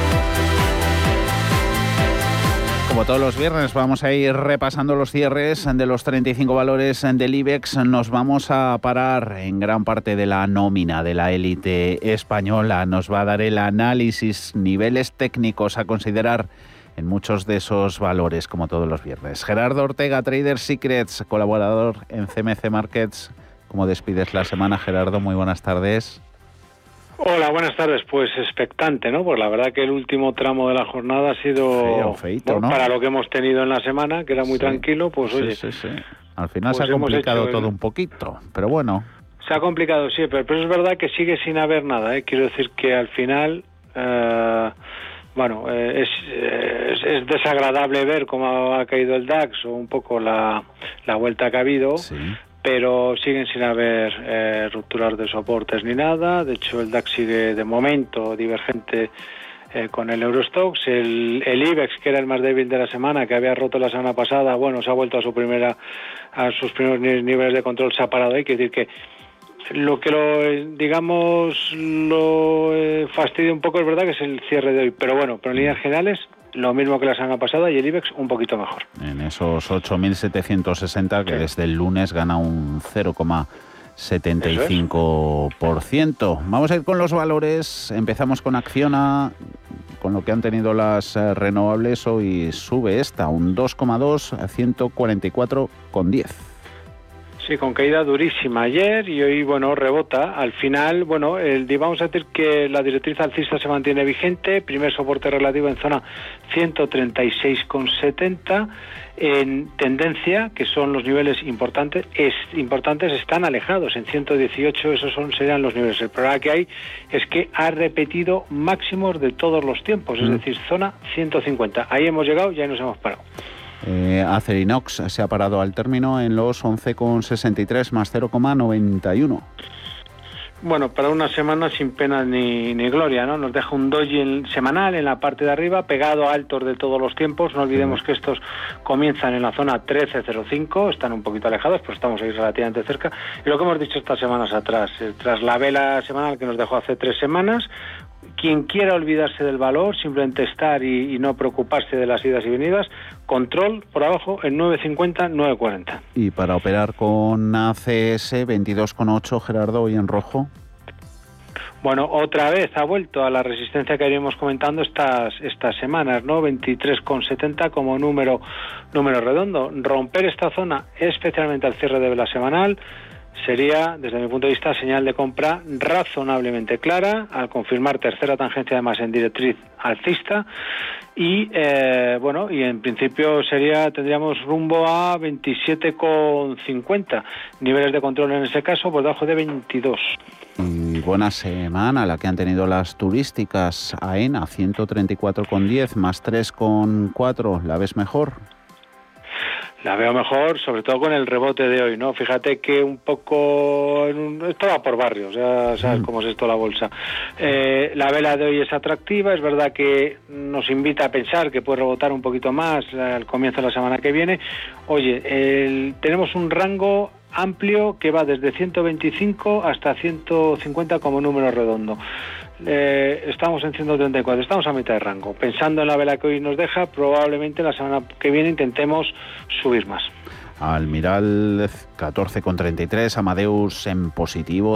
Speaker 8: Como todos los viernes vamos a ir repasando los cierres de los 35 valores del IBEX. Nos vamos a parar en gran parte de la nómina de la élite española. Nos va a dar el análisis, niveles técnicos a considerar en muchos de esos valores, como todos los viernes. Gerardo Ortega, Trader Secrets, colaborador en CMC Markets. ¿Cómo despides la semana, Gerardo? Muy buenas tardes.
Speaker 25: Hola, buenas tardes. Pues expectante, ¿no? Pues la verdad que el último tramo de la jornada ha sido
Speaker 8: feito, ¿no?
Speaker 25: Para lo que hemos tenido en la semana, que era muy tranquilo, pues oye.
Speaker 8: Sí. Al final pues se ha complicado todo un poquito, pero bueno.
Speaker 25: Se ha complicado, sí, pero es verdad que sigue sin haber nada, ¿eh? Quiero decir que al final, es desagradable ver cómo ha caído el DAX o un poco la vuelta que ha habido. Sí. Pero siguen sin haber rupturas de soportes ni nada. De hecho, el DAX sigue de momento divergente con el Eurostoxx. El IBEX, que era el más débil de la semana, que había roto la semana pasada, se ha vuelto a sus primeros niveles de control, se ha parado ahí. Quiere decir que lo fastidia un poco, es verdad, que es el cierre de hoy. Pero en líneas generales, lo mismo que la semana pasada, y el IBEX un poquito mejor.
Speaker 8: En esos 8.760, que desde el lunes gana un 0,75%. Vamos a ir con los valores. Empezamos con Acciona. con lo que han tenido las renovables, hoy sube esta, un 2,2 a 144,10.
Speaker 25: Sí, con caída durísima ayer y hoy, bueno, rebota. Al final, bueno, vamos a decir que la directriz alcista se mantiene vigente. Primer soporte relativo en zona 136,70. En tendencia, que son los niveles importantes están alejados. En 118 esos serían los niveles. El problema que hay es que ha repetido máximos de todos los tiempos, es decir, zona 150. Ahí hemos llegado y ahí nos hemos parado.
Speaker 8: Acerinox se ha parado al término en los 11,63 más 0,91.
Speaker 25: Bueno, para una semana sin pena ni gloria, ¿no? Nos deja un doji semanal en la parte de arriba, pegado a altos de todos los tiempos. No olvidemos que estos comienzan en la zona 13,05, están un poquito alejados, pero estamos ahí relativamente cerca. Y lo que hemos dicho estas semanas atrás, tras la vela semanal que nos dejó hace 3 semanas, quien quiera olvidarse del valor, simplemente estar y no preocuparse de las idas y venidas, control por abajo en 9,50, 9,40.
Speaker 8: Y para operar con ACS 22,8, Gerardo, hoy en rojo.
Speaker 25: Bueno, otra vez ha vuelto a la resistencia que veníamos comentando estas semanas, ¿no? 23,70 como número redondo. Romper esta zona, especialmente al cierre de vela semanal, sería, desde mi punto de vista, señal de compra razonablemente clara, al confirmar tercera tangencia además en directriz alcista y y en principio tendríamos rumbo a 27,50, niveles de control en ese caso por debajo de 22.
Speaker 8: Y buena semana la que han tenido las turísticas. AENA 134,10 más 3,4, ¿la ves mejor?
Speaker 25: La veo mejor, sobre todo con el rebote de hoy, ¿no? Fíjate que un poco... Esto va por barrios, ya sabes cómo es esto la bolsa. La vela de hoy es atractiva, es verdad que nos invita a pensar que puede rebotar un poquito más al comienzo de la semana que viene. Oye, tenemos un rango amplio que va desde 125 hasta 150 como número redondo. Estamos en 134, estamos a mitad de rango. Pensando en la vela que hoy nos deja, probablemente la semana que viene intentemos subir más.
Speaker 8: Almiral 14,33, Amadeus en positivo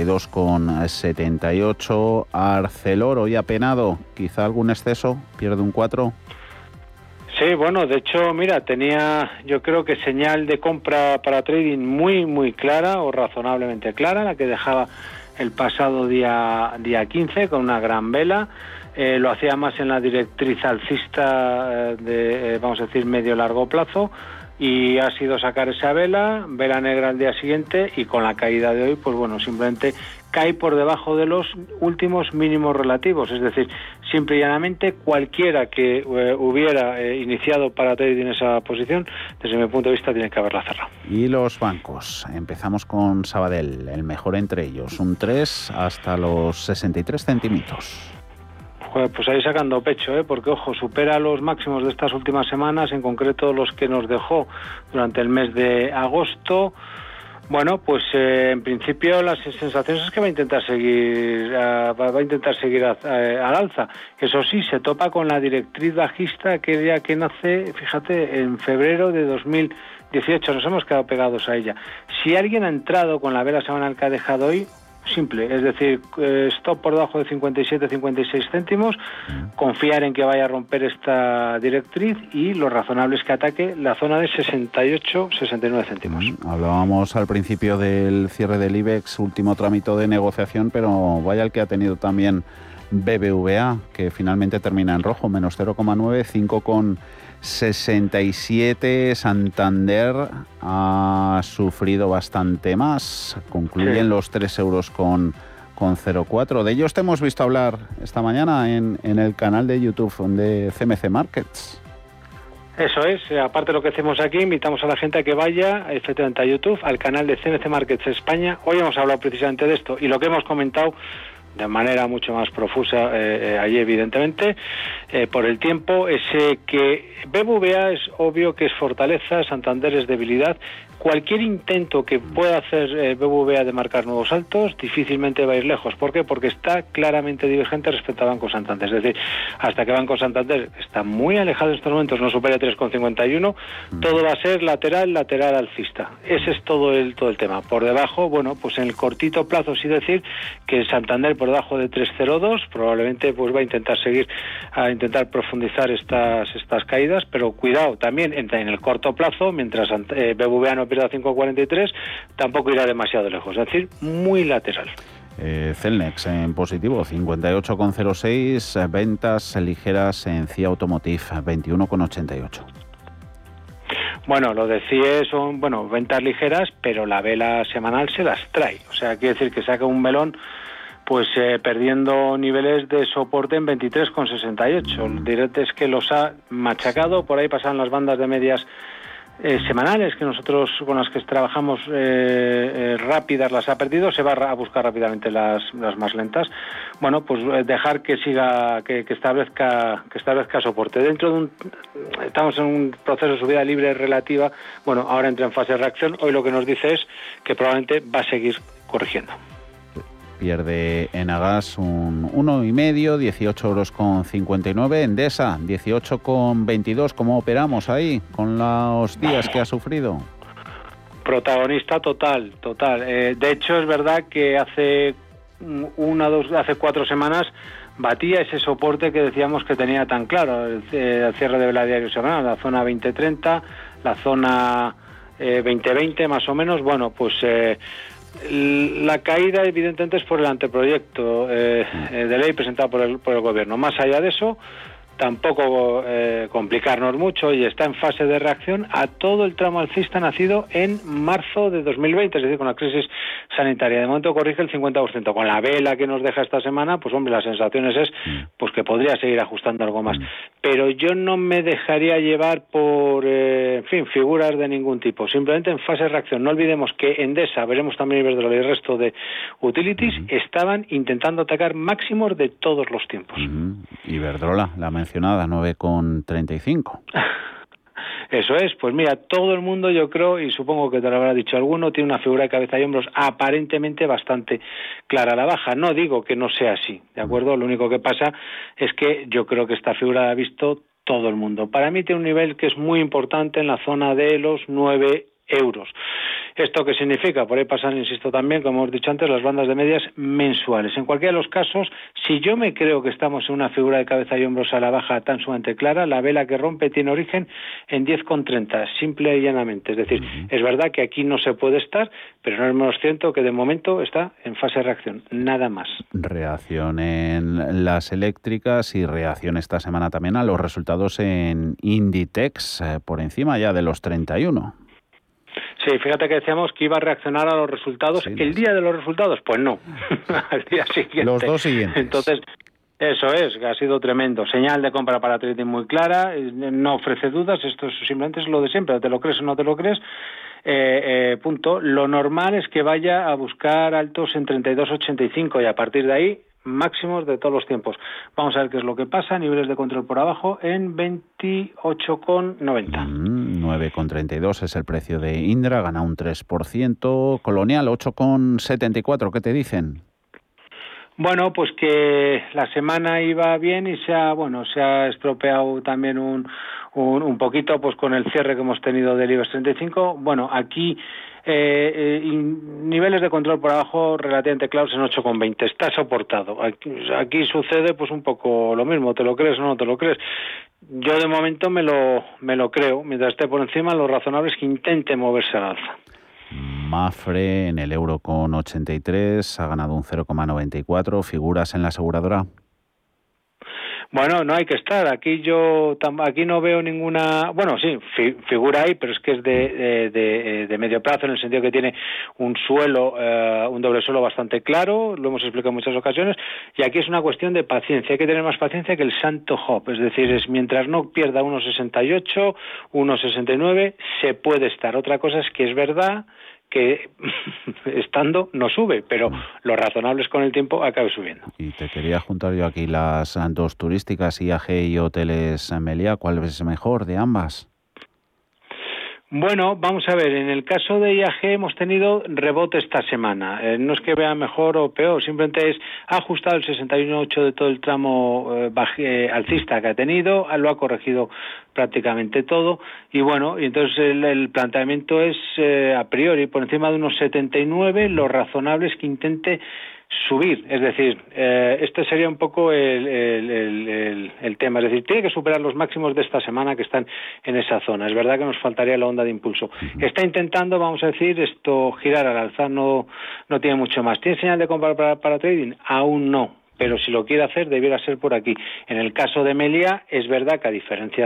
Speaker 8: 52,78, Arcelor hoy apenado, quizá algún exceso, pierde un 4.
Speaker 25: Sí, bueno, de hecho, mira, tenía yo creo que señal de compra para trading muy, muy clara o razonablemente clara, la que dejaba el pasado día 15 con una gran vela. Lo hacía más en la directriz alcista de, vamos a decir, medio-largo plazo, y ha sido sacar esa vela negra al día siguiente, y con la caída de hoy, pues bueno, simplemente cae por debajo de los últimos mínimos relativos, es decir, simple y llanamente cualquiera que hubiera iniciado para trading esa posición, desde mi punto de vista tiene que haberla cerrado.
Speaker 8: Y los bancos, empezamos con Sabadell, el mejor entre ellos, un 3 hasta los 63 centímetros.
Speaker 25: Pues ahí sacando pecho, porque ojo, supera los máximos de estas últimas semanas, en concreto los que nos dejó durante el mes de agosto. Bueno, pues en principio las sensaciones es que va a intentar seguir al alza. Eso sí, se topa con la directriz bajista que nace, fíjate, en febrero de 2018. Nos hemos quedado pegados a ella. Si alguien ha entrado con la vela semanal que ha dejado hoy, simple, es decir, stop por debajo de 57-56 céntimos, confiar en que vaya a romper esta directriz, y lo razonable es que ataque la zona de 68-69 céntimos.
Speaker 8: Hablábamos al principio del cierre del IBEX, último trámite de negociación, pero vaya el que ha tenido también BBVA, que finalmente termina en rojo, menos 0,9, 5,67. Santander ha sufrido bastante más, concluyen los 3 euros con 0,4. De ellos te hemos visto hablar esta mañana en el canal de YouTube de CMC Markets.
Speaker 25: Eso es, aparte de lo que hacemos aquí, invitamos a la gente a que vaya efectivamente a YouTube, al canal de CMC Markets España. Hoy hemos hablado precisamente de esto, y lo que hemos comentado de manera mucho más profusa allí, evidentemente, por el tiempo, es que BBVA es obvio que es fortaleza, Santander es debilidad. cualquier intento que pueda hacer BBVA de marcar nuevos altos difícilmente va a ir lejos. ¿Por qué? Porque está claramente divergente respecto a Banco Santander. Es decir, hasta que Banco Santander está muy alejado en estos momentos, no supera 3,51, todo va a ser lateral alcista. Ese es todo el tema. Por debajo, bueno, pues en el cortito plazo sí decir que el Santander por debajo de 3,02 probablemente pues va a intentar profundizar estas caídas, pero cuidado, también en el corto plazo, mientras BBVA no pierda 5,43, tampoco irá demasiado lejos, es decir, muy lateral.
Speaker 8: Celnex en positivo, 58,06, ventas ligeras en CIA Automotive, 21,88.
Speaker 25: Bueno, lo de CIE son, ventas ligeras, pero la vela semanal se las trae, o sea, quiere decir que saca un melón pues perdiendo niveles de soporte en 23,68. Directo es que los ha machacado, por ahí pasan las bandas de medias semanales que nosotros con las que trabajamos rápidas las ha perdido, se va a buscar rápidamente las más lentas. Bueno, pues dejar que siga, que establezca soporte. Estamos en un proceso de subida libre relativa, ahora entra en fase de reacción, hoy lo que nos dice es que probablemente va a seguir corrigiendo.
Speaker 8: Pierde Enagas un 1,5, 18,59 euros. Endesa, 18,22. ¿Cómo operamos ahí con los días que ha sufrido?
Speaker 25: Protagonista total. De hecho, es verdad que hace 4 semanas batía ese soporte que decíamos que tenía tan claro, el cierre de vela diario semanal, la zona 20-30, la zona 20-20 más o menos. Bueno, pues la caída evidentemente es por el anteproyecto de ley presentado por el gobierno. Más allá de eso, tampoco complicarnos mucho, y está en fase de reacción a todo el tramo alcista nacido en marzo de 2020, es decir, con la crisis sanitaria. De momento corrige el 50%. Con la vela que nos deja esta semana, pues hombre, las sensaciones es pues que podría seguir ajustando algo más. Pero yo no me dejaría llevar por, figuras de ningún tipo. Simplemente en fase de reacción. No olvidemos que Endesa, veremos también Iberdrola y el resto de utilities, estaban intentando atacar máximos de todos los tiempos.
Speaker 8: Iberdrola, la mencionada, 9,35.
Speaker 25: Eso es, pues mira, todo el mundo, yo creo, y supongo que te lo habrá dicho alguno, tiene una figura de cabeza y hombros aparentemente bastante clara a la baja. No digo que no sea así, ¿de acuerdo? Lo único que pasa es que yo creo que esta figura la ha visto todo el mundo. Para mí tiene un nivel que es muy importante en la zona de los 9 euros. ¿Esto qué significa? Por ahí pasan, insisto también, como hemos dicho antes, las bandas de medias mensuales. En cualquiera de los casos, si yo me creo que estamos en una figura de cabeza y hombros a la baja tan sumamente clara, la vela que rompe tiene origen en 10,30, simple y llanamente. Es decir, es verdad que aquí no se puede estar, pero no es menos cierto que de momento está en fase de reacción, nada más.
Speaker 8: Reacción en las eléctricas y reacción esta semana también a los resultados en Inditex, por encima ya de los 31.
Speaker 25: Sí, fíjate que decíamos que iba a reaccionar a los resultados. Sí, ¿el día de los resultados? Pues no, al día siguiente.
Speaker 8: Los dos siguientes.
Speaker 25: Entonces, eso es, que ha sido tremendo. Señal de compra para trading muy clara, no ofrece dudas, esto simplemente es lo de siempre, te lo crees o no te lo crees. Punto. Lo normal es que vaya a buscar altos en 32,85 y a partir de ahí máximos de todos los tiempos. Vamos a ver qué es lo que pasa. Niveles de control por abajo en 28,90.
Speaker 8: 9,32 es el precio de Indra, gana un 3%. Colonial, 8,74. ¿Qué te dicen?
Speaker 25: Bueno, pues que la semana iba bien y se ha estropeado también un poquito pues con el cierre que hemos tenido del IBEX 35. Bueno, aquí niveles de control por abajo relativamente claros en 8,20. Está soportado. Aquí sucede pues un poco lo mismo. ¿Te lo crees o no te lo crees? Yo de momento me lo creo. Mientras esté por encima, lo razonable es que intente moverse al alza.
Speaker 8: Mafre en el euro con 83 ha ganado un 0,94. ¿Figuras en la aseguradora?
Speaker 25: Bueno, no hay que estar. Aquí no veo ninguna. Bueno, sí, figura ahí, pero es que es de medio plazo, en el sentido que tiene un doble suelo bastante claro. Lo hemos explicado en muchas ocasiones. Y aquí es una cuestión de paciencia. Hay que tener más paciencia que el santo Job. Es decir, mientras no pierda 1,68, 1,69, se puede estar. Otra cosa es que es verdad que estando no sube, pero lo razonable es con el tiempo acabe subiendo.
Speaker 8: Y te quería juntar yo aquí las dos turísticas, IAG y Hoteles Meliá. ¿Cuál es mejor de ambas?
Speaker 25: Bueno, vamos a ver, en el caso de IAG hemos tenido rebote esta semana. No es que vea mejor o peor, simplemente ha ajustado el 61,8 de todo el tramo alcista que ha tenido, lo ha corregido prácticamente todo y bueno, y entonces el planteamiento es a priori por encima de unos 79, lo razonable es que intente subir, es decir, este sería un poco el tema, es decir, tiene que superar los máximos de esta semana que están en esa zona. Es verdad que nos faltaría la onda de impulso. Está intentando, vamos a decir, esto girar al alza, no tiene mucho más. ¿Tiene señal de compra para trading? Aún no. Pero si lo quiere hacer, debiera ser por aquí. En el caso de Meliá, es verdad que a diferencia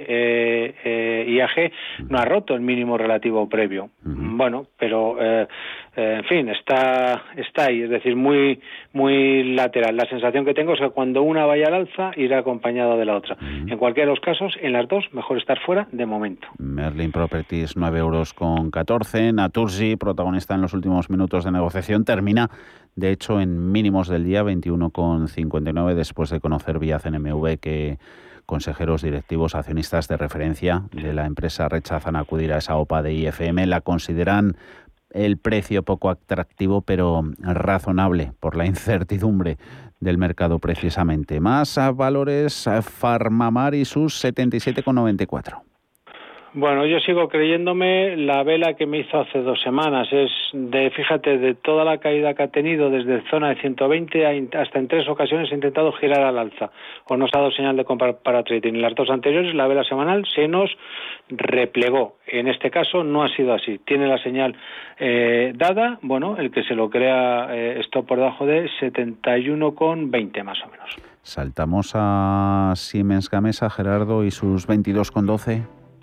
Speaker 25: de IAG, no ha roto el mínimo relativo previo. Bueno, pero en fin, está ahí, es decir, muy lateral. La sensación que tengo es que cuando una vaya al alza, irá acompañada de la otra. En cualquiera de los casos, en las dos, mejor estar fuera de momento.
Speaker 8: Merlin Properties, 9,14 €. Naturgy, protagonista en los últimos minutos de negociación, termina de hecho en mínimos del día, 21,59, después de conocer vía CNMV que consejeros directivos, accionistas de referencia de la empresa rechazan acudir a esa OPA de IFM. La consideran el precio poco atractivo, pero razonable por la incertidumbre del mercado precisamente. Más a valores, Farmamar y sus 77,94.
Speaker 25: Bueno, yo sigo creyéndome la vela que me hizo hace 2 semanas. Es fíjate, de toda la caída que ha tenido desde zona de 120 hasta en 3 ocasiones he intentado girar al alza. O nos ha dado señal de compra para trading. En las 2 anteriores, la vela semanal se nos replegó. En este caso no ha sido así. Tiene la señal dada. Bueno, el que se lo crea esto por debajo de 71,20 más o menos.
Speaker 8: Saltamos a Siemens Gamesa, Gerardo, y sus 22,12.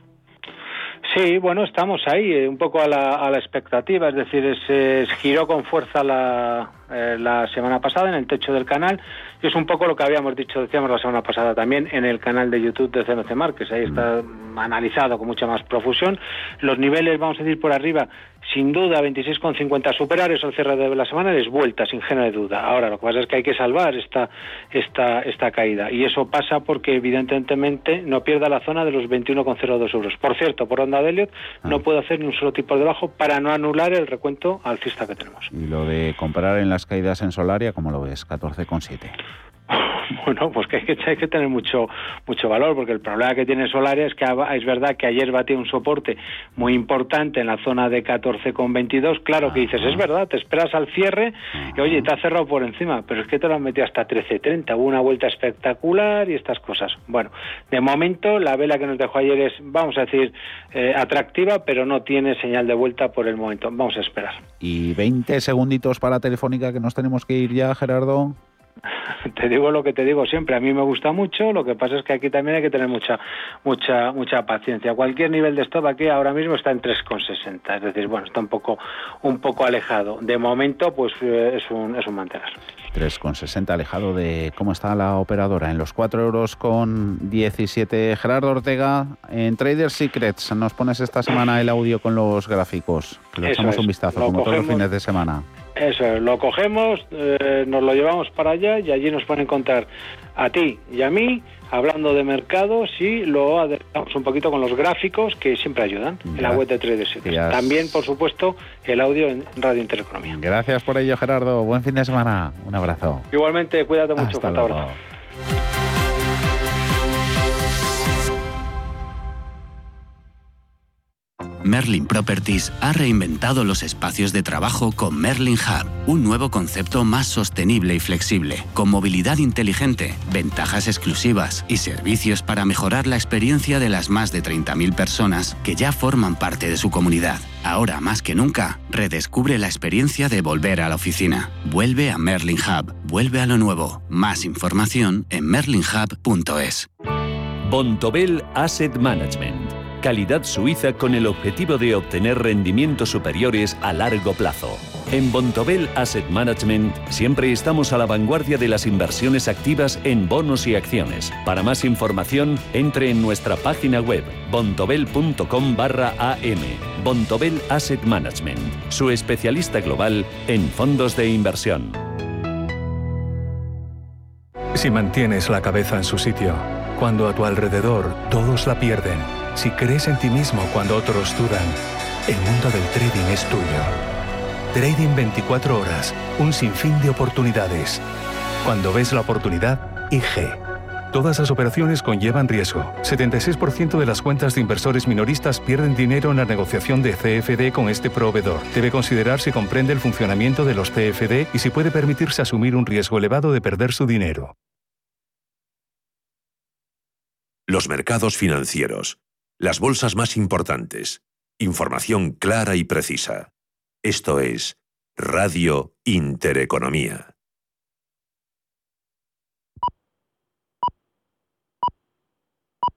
Speaker 25: Sí, bueno, estamos ahí, un poco a la expectativa, es decir, se giró con fuerza la semana pasada en el techo del canal, y es un poco lo que decíamos la semana pasada también en el canal de YouTube de CMC Markets, ahí está analizado con mucha más profusión. Los niveles, vamos a decir, por arriba, sin duda 26,50, superar eso al cierre de la semana es vuelta, sin género de duda. Ahora, lo que pasa es que hay que salvar esta caída, y eso pasa porque evidentemente no pierda la zona de los 21,02 €. Por cierto, por onda de Elliott no puedo hacer ni un solo tipo de bajo para no anular el recuento alcista que tenemos.
Speaker 8: Y lo de comprar en las caídas en Solaria, ¿cómo lo ves? 14,7.
Speaker 25: Bueno, pues que hay que tener mucho valor, porque el problema que tiene Solaria es que es verdad que ayer batió un soporte muy importante en la zona de 14,22. Claro que dices, es verdad, te esperas al cierre y oye, te ha cerrado por encima, pero es que te lo han metido hasta 13,30. Hubo una vuelta espectacular y estas cosas. Bueno, de momento la vela que nos dejó ayer es, vamos a decir, atractiva, pero no tiene señal de vuelta por el momento. Vamos a esperar.
Speaker 8: Y 20 segunditos para Telefónica, que nos tenemos que ir ya, Gerardo.
Speaker 25: Te digo lo que te digo siempre, a mí me gusta mucho, lo que pasa es que aquí también hay que tener mucha paciencia. Cualquier nivel de stop aquí ahora mismo está en 3,60, es decir, bueno, está un poco alejado. De momento, pues es un mantener.
Speaker 8: 3,60 alejado de cómo está la operadora, en los 4,17 €. Gerardo Ortega, en Trader Secrets, nos pones esta semana el audio con los gráficos, que le echamos un vistazo, como todos los fines de semana.
Speaker 25: Eso es, lo cogemos, nos lo llevamos para allá y allí nos pueden contar a ti y a mí, hablando de mercados, y lo adelantamos un poquito con los gráficos que siempre ayudan en la web de Trader Secrets. También, por supuesto, el audio en Radio Intereconomía.
Speaker 8: Gracias por ello, Gerardo. Buen fin de semana. Un abrazo.
Speaker 25: Igualmente, cuídate mucho.
Speaker 8: Hasta luego.
Speaker 23: Merlin Properties ha reinventado los espacios de trabajo con Merlin Hub, un nuevo concepto más sostenible y flexible, con movilidad inteligente, ventajas exclusivas y servicios para mejorar la experiencia de las más de 30.000 personas que ya forman parte de su comunidad. Ahora más que nunca, redescubre la experiencia de volver a la oficina. Vuelve a Merlin Hub, vuelve a lo nuevo. Más información en merlinhub.es.
Speaker 4: Bontobel Asset Management. Calidad suiza con el objetivo de obtener rendimientos superiores a largo plazo. En Bontobel Asset Management siempre estamos a la vanguardia de las inversiones activas en bonos y acciones. Para más información, entre en nuestra página web bontobel.com/am. Bontobel Asset Management, su especialista global en fondos de inversión.
Speaker 1: Si mantienes la cabeza en su sitio, cuando a tu alrededor todos la pierden, si crees en ti mismo cuando otros dudan, el mundo del trading es tuyo. Trading 24 horas, un sinfín de oportunidades. Cuando ves la oportunidad, IG. Todas las operaciones conllevan riesgo. 76% de las cuentas de inversores minoristas pierden dinero en la negociación de CFD con este proveedor. Debe considerar si comprende el funcionamiento de los CFD y si puede permitirse asumir un riesgo elevado de perder su dinero.
Speaker 2: Los mercados financieros. Las bolsas más importantes. Información clara y precisa. Esto es Radio Intereconomía.